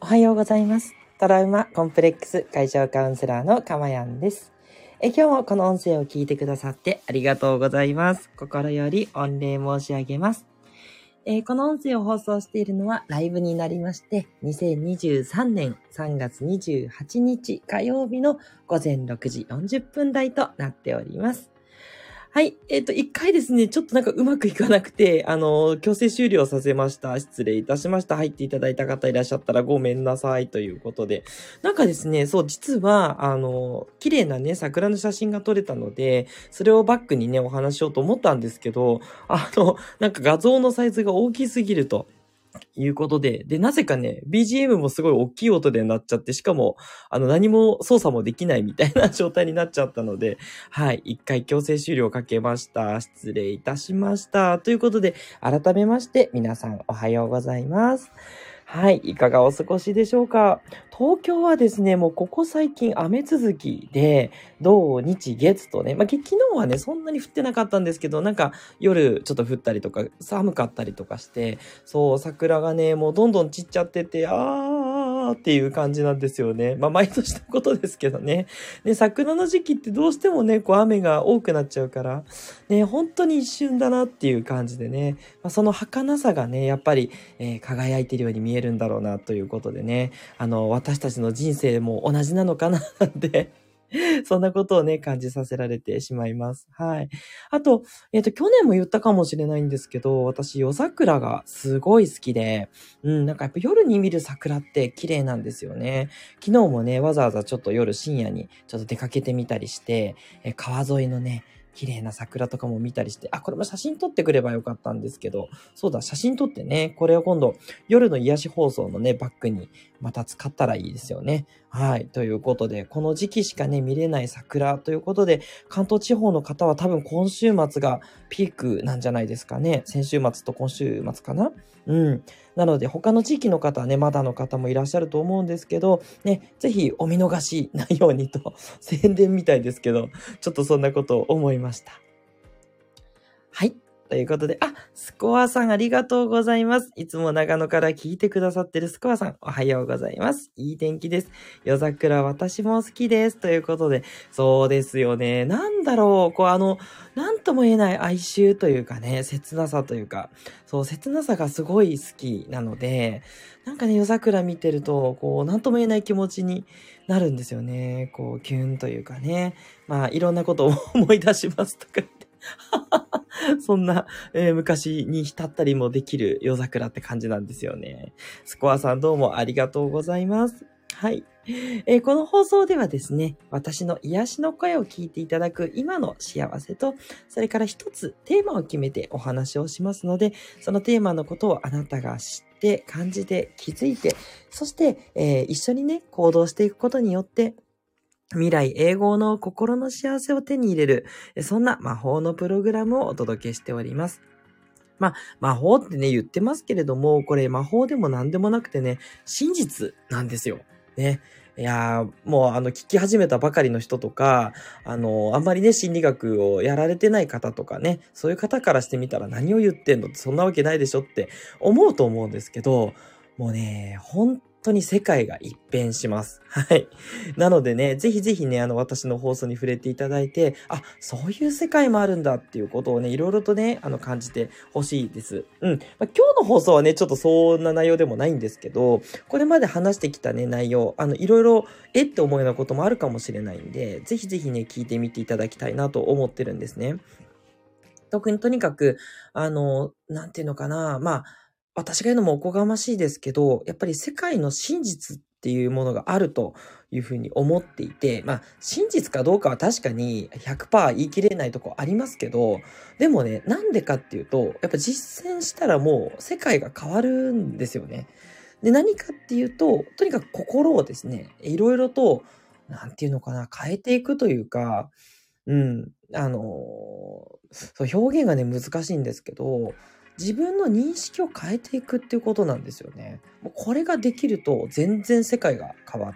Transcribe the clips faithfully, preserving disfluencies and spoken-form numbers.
おはようございます。トラウマコンプレックス解消カウンセラーのかまやんです。え今日もこの音声を聞いてくださってありがとうございます。心より御礼申し上げます。えーこの音声を放送しているのはライブになりまして、にせんにじゅうさんねんさんがつにじゅうはちにち火曜日のごぜんろくじよんじゅっぷん台となっております。はい。えっと、一回ですね、ちょっとなんかうまくいかなくて、あの、強制終了させました。失礼いたしました。入っていただいた方いらっしゃったらごめんなさいということで。なんかですね、そう、実は、あの、綺麗なね、桜の写真が撮れたので、それをバックにね、お話ししようと思ったんですけど、あの、なんか画像のサイズが大きすぎると。いうことで、で、なぜかね、ビージーエム もすごい大きい音で鳴っちゃって、しかも、あの、何も操作もできないみたいな状態になっちゃったので、はい、一回強制終了かけました。失礼いたしました。ということで、改めまして、皆さんおはようございます。はい、いかがお過ごしでしょうか。東京はですね、もうここ最近雨続きで、土日月とね、まあ、き昨日はね、そんなに降ってなかったんですけど、なんか夜ちょっと降ったりとか、寒かったりとかして、そう、桜がね、もうどんどん散っちゃってて、あーっていう感じなんですよね。まあ、毎年のことですけどね。ね、桜の時期ってどうしてもね、こう雨が多くなっちゃうから、ね、本当に一瞬だなっていう感じでね、まあ、その儚さがね、やっぱり、えー輝いてるように見えるんだろうなということでね、あの、私たちの人生も同じなのかななんて、そんなことをね、感じさせられてしまいます。はい。あと、えっと、去年も言ったかもしれないんですけど、私、夜桜がすごい好きで、うん、なんかやっぱ夜に見る桜って綺麗なんですよね。昨日もね、わざわざちょっと夜深夜にちょっと出かけてみたりして、え川沿いのね、綺麗な桜とかも見たりして、あ、これも写真撮ってくればよかったんですけど、そうだ、写真撮ってね、これを今度、夜の癒し放送のね、バックにまた使ったらいいですよね。はい。ということで、この時期しかね、見れない桜ということで、関東地方の方は多分今週末がピークなんじゃないですかね。先週末と今週末かな。うん。なので、他の地域の方はね、まだの方もいらっしゃると思うんですけど、ね、ぜひお見逃しないようにと、宣伝みたいですけど、ちょっとそんなことを思いました。はい。ということで、あ、スコアさんありがとうございます。いつも長野から聞いてくださってるスコアさん、おはようございます。いい天気です。夜桜私も好きです。ということで、そうですよね。なんだろう、こうあの、なんとも言えない哀愁というかね、切なさというか、そう、切なさがすごい好きなので、なんかね、夜桜見てると、こう、なんとも言えない気持ちになるんですよね。こう、キュンというかね。まあ、いろんなことを思い出しますとか言って。そんな、えー昔に浸ったりもできる夜桜って感じなんですよね。スコアさんどうもありがとうございます。はい。えーこの放送ではですね、私の癒しの声を聞いていただく今の幸せと、それから一つテーマを決めてお話をしますので、そのテーマのことをあなたが知って、感じて、気づいて、そして、えー一緒にね、行動していくことによって、未来永劫の心の幸せを手に入れる、そんな魔法のプログラムをお届けしております。まあ、魔法ってね、言ってますけれども、これ魔法でも何でもなくてね、真実なんですよ。ね。いやー、もうあの、聞き始めたばかりの人とか、あの、あんまりね、心理学をやられてない方とかね、そういう方からしてみたら何を言ってんのってそんなわけないでしょって思うと思うんですけど、もうね、本当に世界が一変します。はい。なのでね、ぜひぜひね、あの、私の放送に触れていただいて、あ、そういう世界もあるんだっていうことをね、いろいろとね、あの、感じてほしいです。うん。まあ、今日の放送はね、ちょっとそんな内容でもないんですけど、これまで話してきたね、内容、あの、いろいろ、えって思うようなこともあるかもしれないんで、ぜひぜひね、聞いてみていただきたいなと思ってるんですね。特にとにかく、あの、なんていうのかな、まあ、私が言うのもおこがましいですけど、やっぱり世界の真実っていうものがあるというふうに思っていて、まあ、真実かどうかは確かにひゃくパーセント言い切れないとこありますけど、でもね、なんでかっていうと、やっぱ実践したらもう世界が変わるんですよね。で、何かっていうと、とにかく心をですね、いろいろと、なんていうのかな、変えていくというか、うん。あの、そう、表現がね、難しいんですけど、自分の認識を変えていくっていうことなんですよね。もうこれができると全然世界が変わっていっ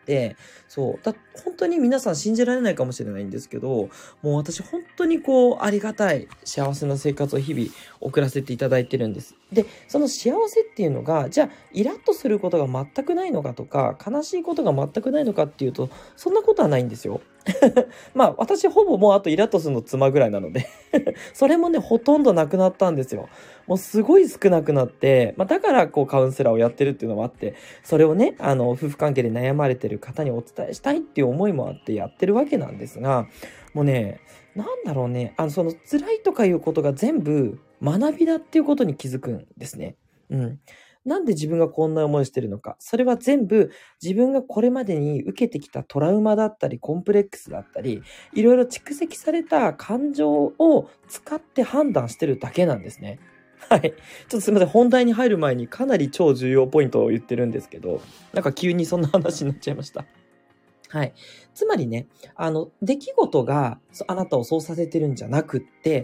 て、そう。だ、本当に皆さん信じられないかもしれないんですけど、もう私本当にこう、ありがたい幸せな生活を日々送らせていただいてるんです。で、その幸せっていうのが、じゃあ、イラッとすることが全くないのかとか、悲しいことが全くないのかっていうと、そんなことはないんですよ。まあ、私ほぼもうあとイラッとするの妻ぐらいなのでそれもね、ほとんどなくなったんですよ。もうすごい少なくなって、まあ、だからこうカウンセラーをやってるっていうのもあって、それをね、あの、夫婦関係で悩まれてる方にお伝えしたいっていう思いもあってやってるわけなんですが、もうね、なんだろうね、あの、その辛いとかいうことが全部学びだっていうことに気づくんですね。うん。なんで自分がこんな思いしてるのか。それは全部自分がこれまでに受けてきたトラウマだったり、コンプレックスだったり、いろいろ蓄積された感情を使って判断してるだけなんですね。はい。ちょっとすみません。本題に入る前にかなり超重要ポイントを言ってるんですけど、なんか急にそんな話になっちゃいました。はい。つまりね、あの、出来事があなたをそうさせてるんじゃなくって、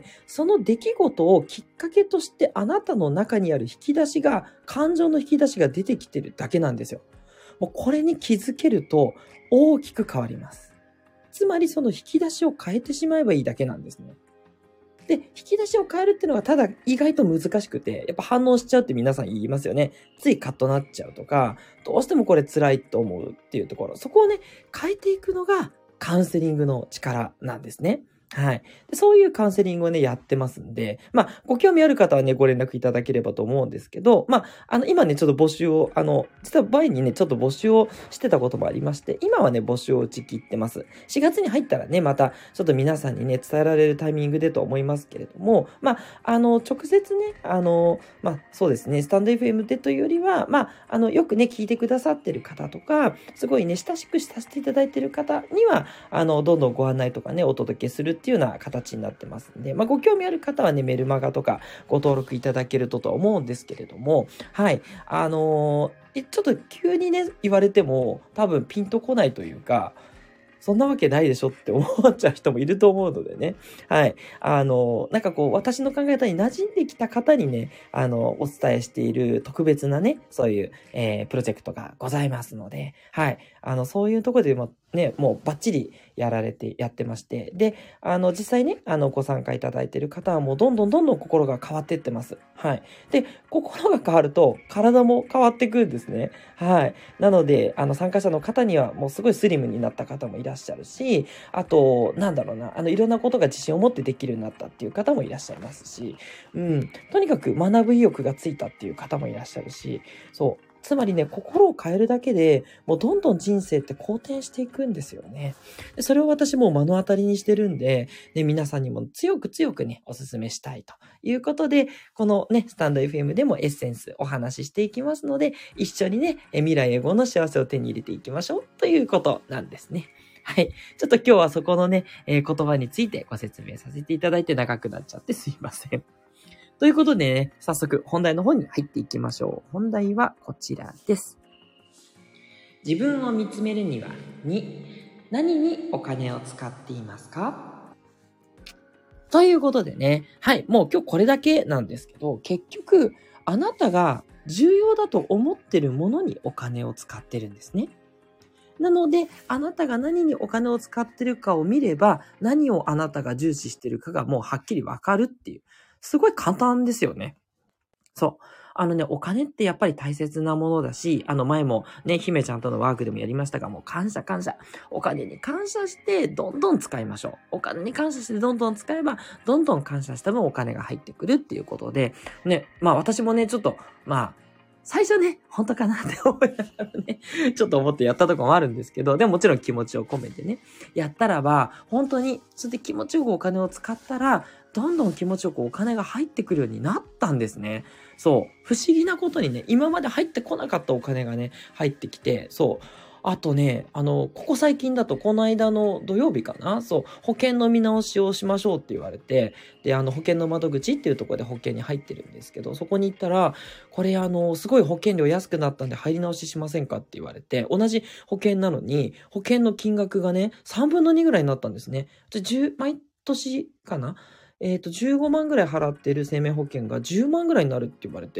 その出来事をきっかけとしてあなたの中にある引き出しが、感情の引き出しが出てきてるだけなんですよ。もうこれに気づけると大きく変わります。つまりその引き出しを変えてしまえばいいだけなんですね。で、引き出しを変えるっていうのがただ意外と難しくて、やっぱ反応しちゃうって皆さん言いますよね。ついカッとなっちゃうとか、どうしてもこれ辛いと思うっていうところ、そこをね、変えていくのがカウンセリングの力なんですね。はい。でそういうカウンセリングをね、やってますんで、まあ、ご興味ある方はね、ご連絡いただければと思うんですけど、まあ、あの、今ね、ちょっと募集を、あの、実は前にね、ちょっと募集をしてたこともありまして、今はね、募集を打ち切ってます。しがつに入ったらね、また、ちょっと皆さんにね、伝えられるタイミングでと思いますけれども、まあ、あの、直接ね、あの、まあ、そうですね、スタンド エフエム でというよりは、まあ、あの、よくね、聞いてくださってる方とか、すごいね、親しくさせていただいてる方には、あの、どんどんご案内とかね、お届けするっていうような形になってますんで、まあ、ご興味ある方はね、メルマガとかご登録いただけるとと思うんですけれども、はい、あのー、ちょっと急にね、言われても多分ピンとこないというか、そんなわけないでしょって思っちゃう人もいると思うのでね。はい。あの、なんかこう、私の考え方に馴染んできた方にね、あの、お伝えしている特別なね、そういう、えー、プロジェクトがございますので、はい。あの、そういうところでもね、もうバッチリやられて、やってまして。で、あの、実際ね、あの、ご参加いただいている方はもうどんどんどんどん心が変わっていってます。はい。で、心が変わると、体も変わってくるんですね。はい。なので、あの、参加者の方にはもうすごいスリムになった方もいらっしゃるし、あと、なんだろうな、あの、いろんなことが自信を持ってできるようになったっていう方もいらっしゃいますし、うん。とにかく学ぶ意欲がついたっていう方もいらっしゃるし、そう。つまりね、心を変えるだけで、もうどんどん人生って好転していくんですよね。でそれを私も目の当たりにしてるんで、ね、皆さんにも強く強くね、お勧めしたいということで、このね、スタンド エフエム でもエッセンスお話ししていきますので、一緒にね、未来永劫の幸せを手に入れていきましょうということなんですね。はい。ちょっと今日はそこのね、えー、言葉についてご説明させていただいて長くなっちゃってすいません。ということでね、早速本題の方に入っていきましょう。本題はこちらです。自分を見つめるには、に、何にお金を使っていますか？ということでね、はい、もう今日これだけなんですけど、結局、あなたが重要だと思ってるものにお金を使ってるんですね。なので、あなたが何にお金を使ってるかを見れば、何をあなたが重視してるかがもうはっきりわかるっていう。すごい簡単ですよね。そう。あのね、お金ってやっぱり大切なものだし、あの前もね、姫ちゃんとのワークでもやりましたが、もう感謝感謝。お金に感謝して、どんどん使いましょう。お金に感謝してどんどん使えば、どんどん感謝した分お金が入ってくるっていうことで、ね、まあ私もね、ちょっと、まあ、最初ね、本当かなって思いながらね、ちょっと思ってやったとこもあるんですけど、でももちろん気持ちを込めてね、やったらば、本当に、それで気持ちよくお金を使ったら、どんどん気持ちよくお金が入ってくるようになったんですね。そう。不思議なことにね、今まで入ってこなかったお金がね、入ってきて、そう。あとね、あの、ここ最近だと、この間の土曜日かな、そう、保険の見直しをしましょうって言われて、で、あの、保険の窓口っていうところで保険に入ってるんですけど、そこに行ったら、これあの、すごい保険料安くなったんで入り直ししませんかって言われて、同じ保険なのに、保険の金額がね、さんぶんのにぐらいになったんですね。で、じゅう、毎年かなえっと、じゅうごまんぐらい払ってる生命保険がじゅうまんぐらいになるって言われて、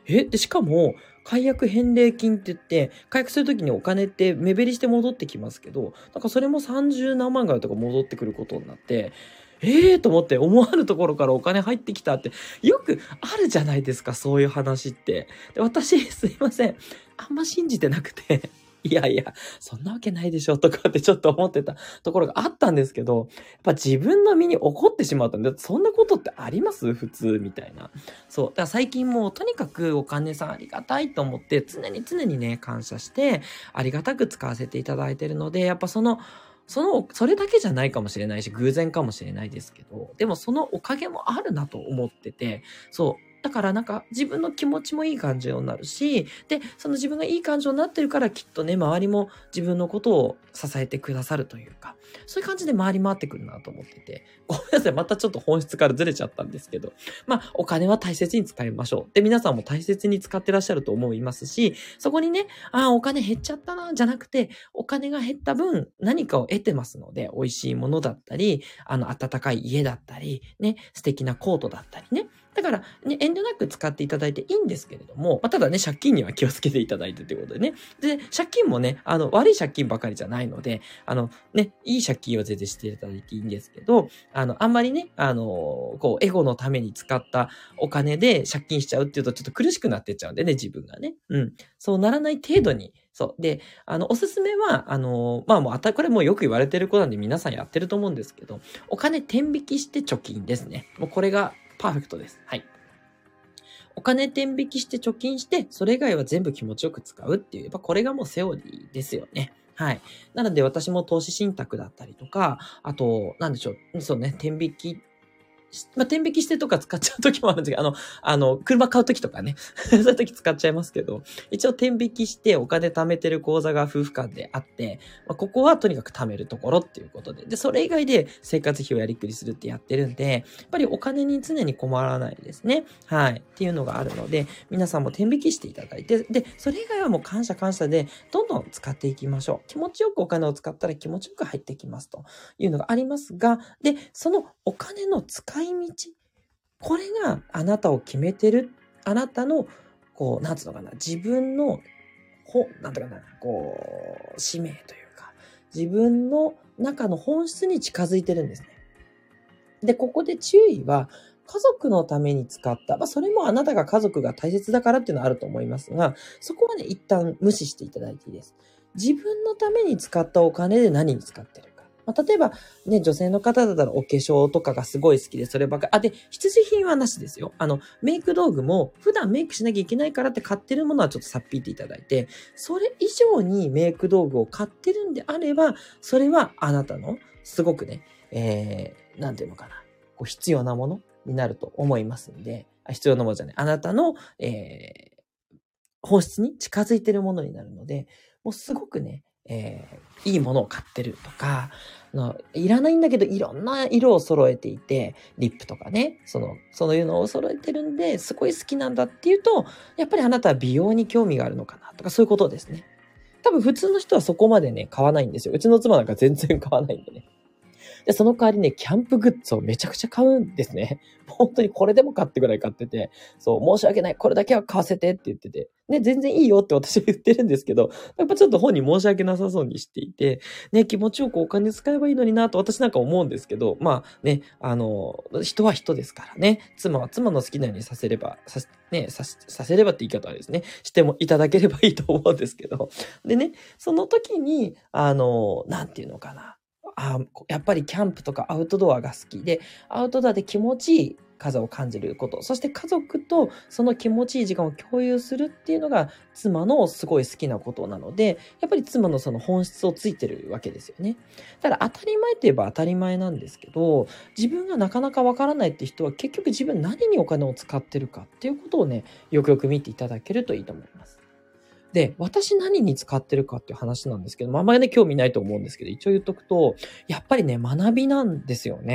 え、で、しかも、解約返礼金って言って、解約するときにお金って目減りして戻ってきますけど、なんかそれもさんじゅうなんまんぐらいとか戻ってくることになって、ええー、と思って思わぬところからお金入ってきたって、よくあるじゃないですか、そういう話って。で、私、すいません。あんま信じてなくて。いやいや、そんなわけないでしょとかってちょっと思ってたところがあったんですけど、やっぱ自分の身に起こってしまったんで、そんなことってあります普通みたいな。そう。だから最近もうとにかくお金さんありがたいと思って、常に常にね、感謝して、ありがたく使わせていただいてるので、やっぱその、その、それだけじゃないかもしれないし、偶然かもしれないですけど、でもそのおかげもあるなと思ってて、そう。だからなんか自分の気持ちもいい感情になるし、で、その自分がいい感情になってるからきっとね、周りも自分のことを支えてくださるというか、そういう感じで回り回ってくるなと思ってて、ごめんなさい、またちょっと本質からずれちゃったんですけど、まあ、お金は大切に使いましょう。で、皆さんも大切に使ってらっしゃると思いますし、そこにね、ああ、お金減っちゃったな、じゃなくて、お金が減った分、何かを得てますので、美味しいものだったり、あの、暖かい家だったり、ね、素敵なコートだったりね、だから、ね、遠慮なく使っていただいていいんですけれども、まあ、ただね、借金には気をつけていただいてということでね。で、借金もね、あの、悪い借金ばかりじゃないので、あの、ね、いい借金を全然していただいていいんですけど、あの、あんまりね、あの、こう、エゴのために使ったお金で借金しちゃうっていうとちょっと苦しくなってっちゃうんでね、自分がね。うん。そうならない程度に、そう。で、あの、おすすめは、あの、まあもう、あた、これもうよく言われてることなんで皆さんやってると思うんですけど、お金天引きして貯金ですね。もうこれが、パーフェクトです。はい。お金天引きして貯金して、それ以外は全部気持ちよく使うっていう、やっぱこれがもうセオリーですよね。はい。なので私も投資信託だったりとか、あと、なんでしょう、そうね、天引きまあ、天引きしてとか使っちゃう時もあるんですけど、あの、あの、車買う時とかね。そういう時使っちゃいますけど、一応天引きしてお金貯めてる口座が夫婦間であって、まあ、ここはとにかく貯めるところっていうことで、で、それ以外で生活費をやりくりするってやってるんで、やっぱりお金に常に困らないですね。はい。っていうのがあるので、皆さんも天引きしていただいて、で、それ以外はもう感謝感謝で、どんどん使っていきましょう。気持ちよくお金を使ったら気持ちよく入ってきますというのがありますが、で、そのお金の使い道、これがあなたを決めてる、あなたの、こう、なんつうのかな、自分の、ほ、なんていうかな、こう、使命というか、自分の中の本質に近づいてるんですね。で、ここで注意は、家族のために使った。まあ、それもあなたが家族が大切だからっていうのはあると思いますが、そこはね、一旦無視していただいていいです。自分のために使ったお金で何に使ってるか。まあ、例えば、ね、女性の方だったらお化粧とかがすごい好きで、そればっかり。あ、で、必需品はなしですよ。あの、メイク道具も、普段メイクしなきゃいけないからって買ってるものはちょっとさっぴいていただいて、それ以上にメイク道具を買ってるんであれば、それはあなたの、すごくね、えー、なんていうのかな。こう必要なものになると思いますんで、あ必要なものじゃない。あなたの、えー、本質に近づいているものになるので、もうすごくね、えー、いいものを買ってるとか、のいらないんだけどいろんな色を揃えていて、リップとかね、その、そういうのを揃えてるんで、すごい好きなんだっていうと、やっぱりあなたは美容に興味があるのかなとか、そういうことですね。多分普通の人はそこまでね、買わないんですよ。うちの妻なんか全然買わないんでね。で、その代わりね、キャンプグッズをめちゃくちゃ買うんですね。本当にこれでも買ってぐらい買ってて、そう、申し訳ない、これだけは買わせてって言ってて、ね、全然いいよって私は言ってるんですけど、やっぱちょっと本人申し訳なさそうにしていて、ね、気持ちよくお金使えばいいのになと私なんか思うんですけど、まあね、あの、人は人ですからね、妻は妻の好きなようにさせれば、さね、さ、させればって言い方はですね、してもいただければいいと思うんですけど、でね、その時に、あの、なんていうのかな、あやっぱりキャンプとかアウトドアが好きで、アウトドアで気持ちいい風を感じること、そして家族とその気持ちいい時間を共有するっていうのが妻のすごい好きなことなので、やっぱり妻のその本質をついてるわけですよね。ただ当たり前って言えば当たり前なんですけど、自分がなかなかわからないって人は結局自分何にお金を使ってるかっていうことをね、よくよく見ていただけるといいと思います。で、私何に使ってるかっていう話なんですけど、まあ、あんまりね、興味ないと思うんですけど、一応言っとくと、やっぱりね、学びなんですよね。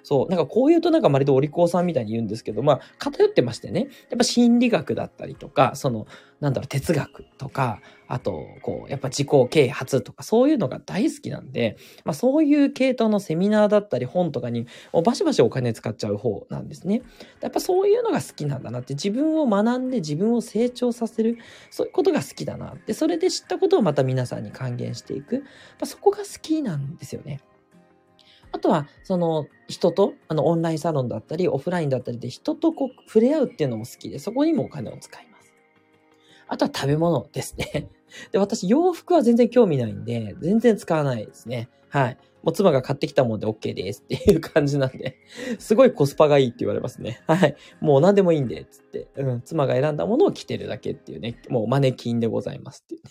そう、なんかこう言うとなんかまるでお利口さんみたいに言うんですけど、まあ偏ってましてね。やっぱ心理学だったりとか、その、なんだろう、哲学とか、あと、こう、やっぱ自己啓発とかそういうのが大好きなんで、まあそういう系統のセミナーだったり本とかにもうバシバシお金使っちゃう方なんですね。やっぱそういうのが好きなんだなって、自分を学んで自分を成長させる、そういうことが好きだなって、それで知ったことをまた皆さんに還元していく。まあ、そこが好きなんですよね。あとは、その、人と、あの、オンラインサロンだったり、オフラインだったりで人とこう、触れ合うっていうのも好きで、そこにもお金を使います。あとは食べ物ですね。で、私、洋服は全然興味ないんで、全然使わないですね。はい。もう妻が買ってきたもんで OK ですっていう感じなんで、すごいコスパがいいって言われますね。はい。もう何でもいいんで、つって。うん。妻が選んだものを着てるだけっていうね。もうマネキンでございますっていう。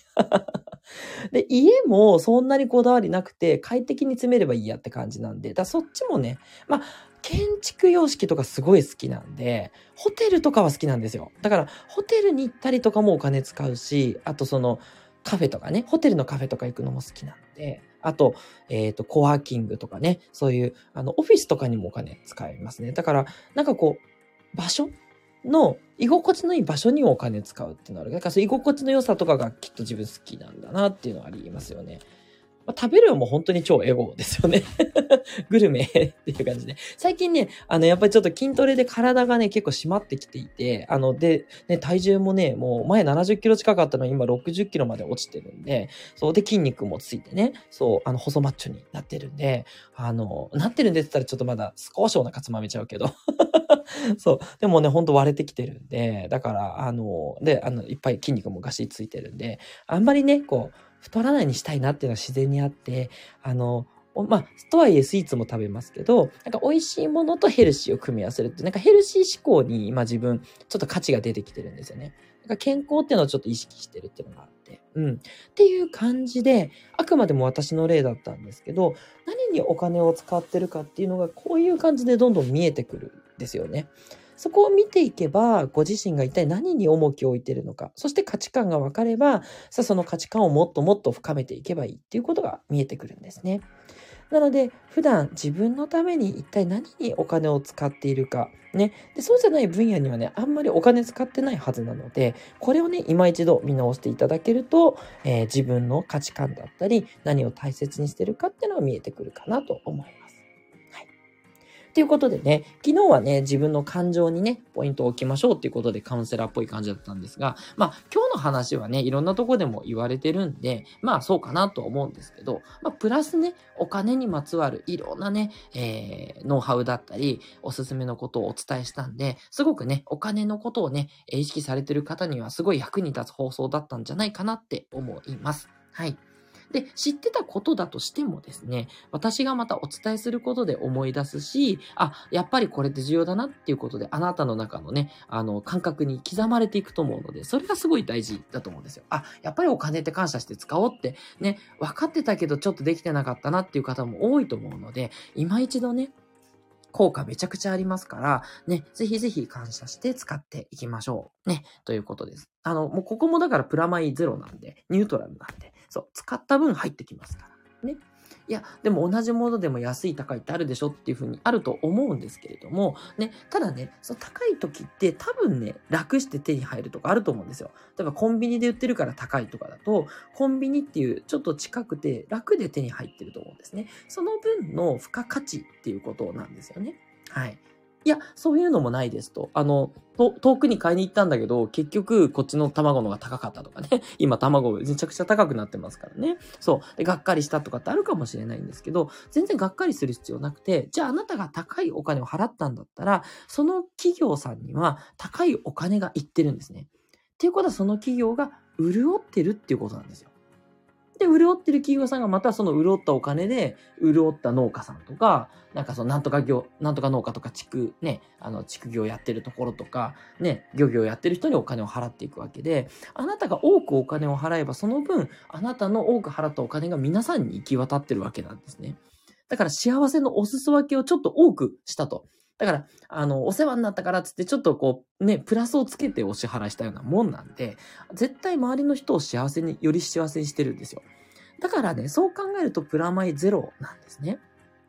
で、家もそんなにこだわりなくて、快適に詰めればいいやって感じなんで、だそっちもね、まあ、建築様式とかすごい好きなんで、ホテルとかは好きなんですよ。だから、ホテルに行ったりとかもお金使うし、あとその、カフェとかね、ホテルのカフェとか行くのも好きなんで、あと、えっと、コワーキングとかね、そういう、あの、オフィスとかにもお金使いますね。だから、なんかこう、場所の、居心地のいい場所にお金使うっていうのがある。だからそう、居心地の良さとかがきっと自分好きなんだなっていうのはありますよね。まあ、食べるのも本当に超エゴですよね。グルメっていう感じで。最近ね、あの、やっぱりちょっと筋トレで体がね、結構締まってきていて、あの、で、ね、体重もね、もう前ななじゅっキロ近かったのに今ろくじゅっキロまで落ちてるんで、そうで筋肉もついてね、そう、あの、細マッチョになってるんで、あの、なってるんでって言ったらちょっとまだ少しお腹つまめちゃうけど。そう。でもね、ほんと割れてきてるんで、だから、あの、で、あの、いっぱい筋肉もガシついてるんで、あんまりね、こう、太らないにしたいなっていうのは自然にあって、あの、まあ、とはいえスイーツも食べますけど、なんか美味しいものとヘルシーを組み合わせるって、なんかヘルシー思考に今自分、ちょっと価値が出てきてるんですよね。なんか健康っていうのをちょっと意識してるっていうのがあって、うん。っていう感じで、あくまでも私の例だったんですけど、何にお金を使ってるかっていうのがこういう感じでどんどん見えてくるんですよね。そこを見ていけば、ご自身が一体何に重きを置いているのか、そして価値観が分かれば、さあその価値観をもっともっと深めていけばいいっていうことが見えてくるんですね。なので、普段自分のために一体何にお金を使っているか、ね。で、そうじゃない分野にはね、あんまりお金使ってないはずなので、これをね、今一度見直していただけると、えー自分の価値観だったり、何を大切にしてるかっていうのが見えてくるかなと思います。はい。ということでね、昨日はね、自分の感情にね、ポイントを置きましょうっていうことでカウンセラーっぽい感じだったんですが、まあ、今日の話はね、いろんなとこでも言われてるんで、まあ、そうかなと思うんですけど、まあ、プラスね、お金にまつわるいろんなね、えー、ノウハウだったり、おすすめのことをお伝えしたんで、すごくね、お金のことをね、意識されてる方にはすごい役に立つ放送だったんじゃないかなって思います。はい。で、知ってたことだとしてもですね、私がまたお伝えすることで思い出すし、あ、やっぱりこれって重要だなっていうことで、あなたの中のね、あの、感覚に刻まれていくと思うので、それがすごい大事だと思うんですよ。あ、やっぱりお金って感謝して使おうって、ね、分かってたけどちょっとできてなかったなっていう方も多いと思うので、今一度ね、効果めちゃくちゃありますから、ね、ぜひぜひ感謝して使っていきましょう。ね、ということです。あの、もうここもだからプラマイゼロなんで、ニュートラルなんで、そう、使った分入ってきますから。ね。いや、でも同じものでも安い高いってあるでしょっていうふうにあると思うんですけれども、ね、ただね、その高い時って多分ね、楽して手に入るとかあると思うんですよ。例えばコンビニで売ってるから高いとかだと、コンビニっていうちょっと近くて楽で手に入ってると思うんですね。その分の付加価値っていうことなんですよね。はい。いや、そういうのもないですと。あの、と遠くに買いに行ったんだけど、結局こっちの卵のが高かったとかね。今卵めちゃくちゃ高くなってますからね。そう。で、がっかりしたとかってあるかもしれないんですけど、全然がっかりする必要なくて、じゃああなたが高いお金を払ったんだったら、その企業さんには高いお金がいってるんですね。っていうことはその企業が潤ってるっていうことなんですよ。で、潤ってる企業さんがまたその潤ったお金で、潤った農家さんとか、なんかそのなんとか業、なんとか農家とか地区ね、あの地区業やってるところとか、ね、漁業やってる人にお金を払っていくわけで、あなたが多くお金を払えばその分、あなたの多く払ったお金が皆さんに行き渡ってるわけなんですね。だから幸せのお裾分けをちょっと多くしたと。だから、あの、お世話になったからっつって、ちょっとこう、ね、プラスをつけてお支払いしたようなもんなんで、絶対周りの人を幸せに、より幸せにしてるんですよ。だからね、そう考えるとプラマイゼロなんですね。っ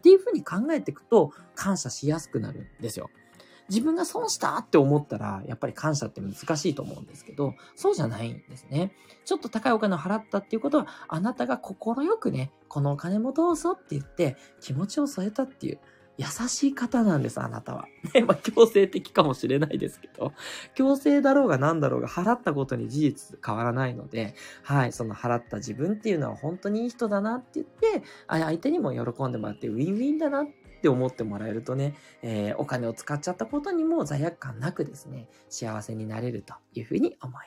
っていうふうに考えていくと感謝しやすくなるんですよ。自分が損したって思ったら、やっぱり感謝って難しいと思うんですけど、そうじゃないんですね。ちょっと高いお金を払ったっていうことは、あなたが心よくね、このお金もどうぞって言って気持ちを添えたっていう、優しい方なんです、あなたは。ね、まあ強制的かもしれないですけど、強制だろうが何だろうが払ったことに事実変わらないので、はい、その払った自分っていうのは本当にいい人だなって言って、相手にも喜んでもらってウィンウィンだなって思ってもらえるとね、えー、お金を使っちゃったことにも罪悪感なくですね、幸せになれるというふうに思います。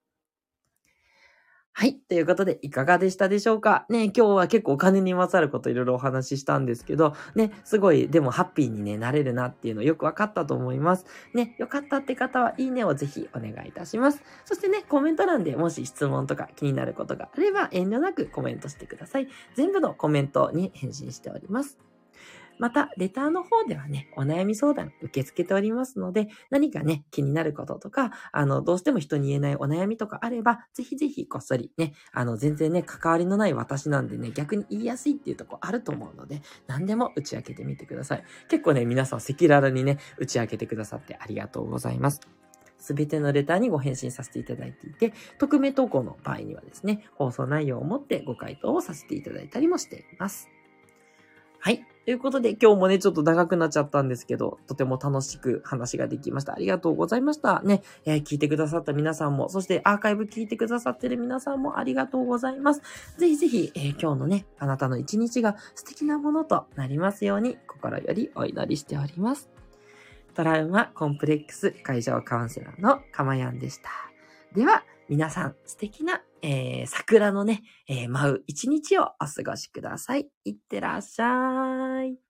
はい。ということで、いかがでしたでしょうかね、今日は結構お金にまつわることいろいろお話ししたんですけど、ね、すごい、でもハッピーにね、なれるなっていうのよくわかったと思います。ね、よかったって方は、いいねをぜひお願いいたします。そしてね、コメント欄でもし質問とか気になることがあれば、遠慮なくコメントしてください。全部のコメントに返信しております。また、レターの方ではね、お悩み相談受け付けておりますので、何かね、気になることとか、あの、どうしても人に言えないお悩みとかあれば、ぜひぜひこっそりね、あの、全然ね、関わりのない私なんでね、逆に言いやすいっていうとこあると思うので、何でも打ち明けてみてください。結構ね、皆さん赤裸々にね、打ち明けてくださってありがとうございます。すべてのレターにご返信させていただいていて、匿名投稿の場合にはですね、放送内容をもってご回答をさせていただいたりもしています。はい。ということで、今日もね、ちょっと長くなっちゃったんですけど、とても楽しく話ができました。ありがとうございました。ね、えー、聞いてくださった皆さんも、そしてアーカイブ聞いてくださってる皆さんもありがとうございます。ぜひぜひ、えー、今日のね、あなたの一日が素敵なものとなりますように、心よりお祈りしております。トラウマコンプレックス解消カウンセラーのかまやんでした。では、皆さん素敵な、えー、桜のね、えー、舞う一日をお過ごしください。いってらっしゃい。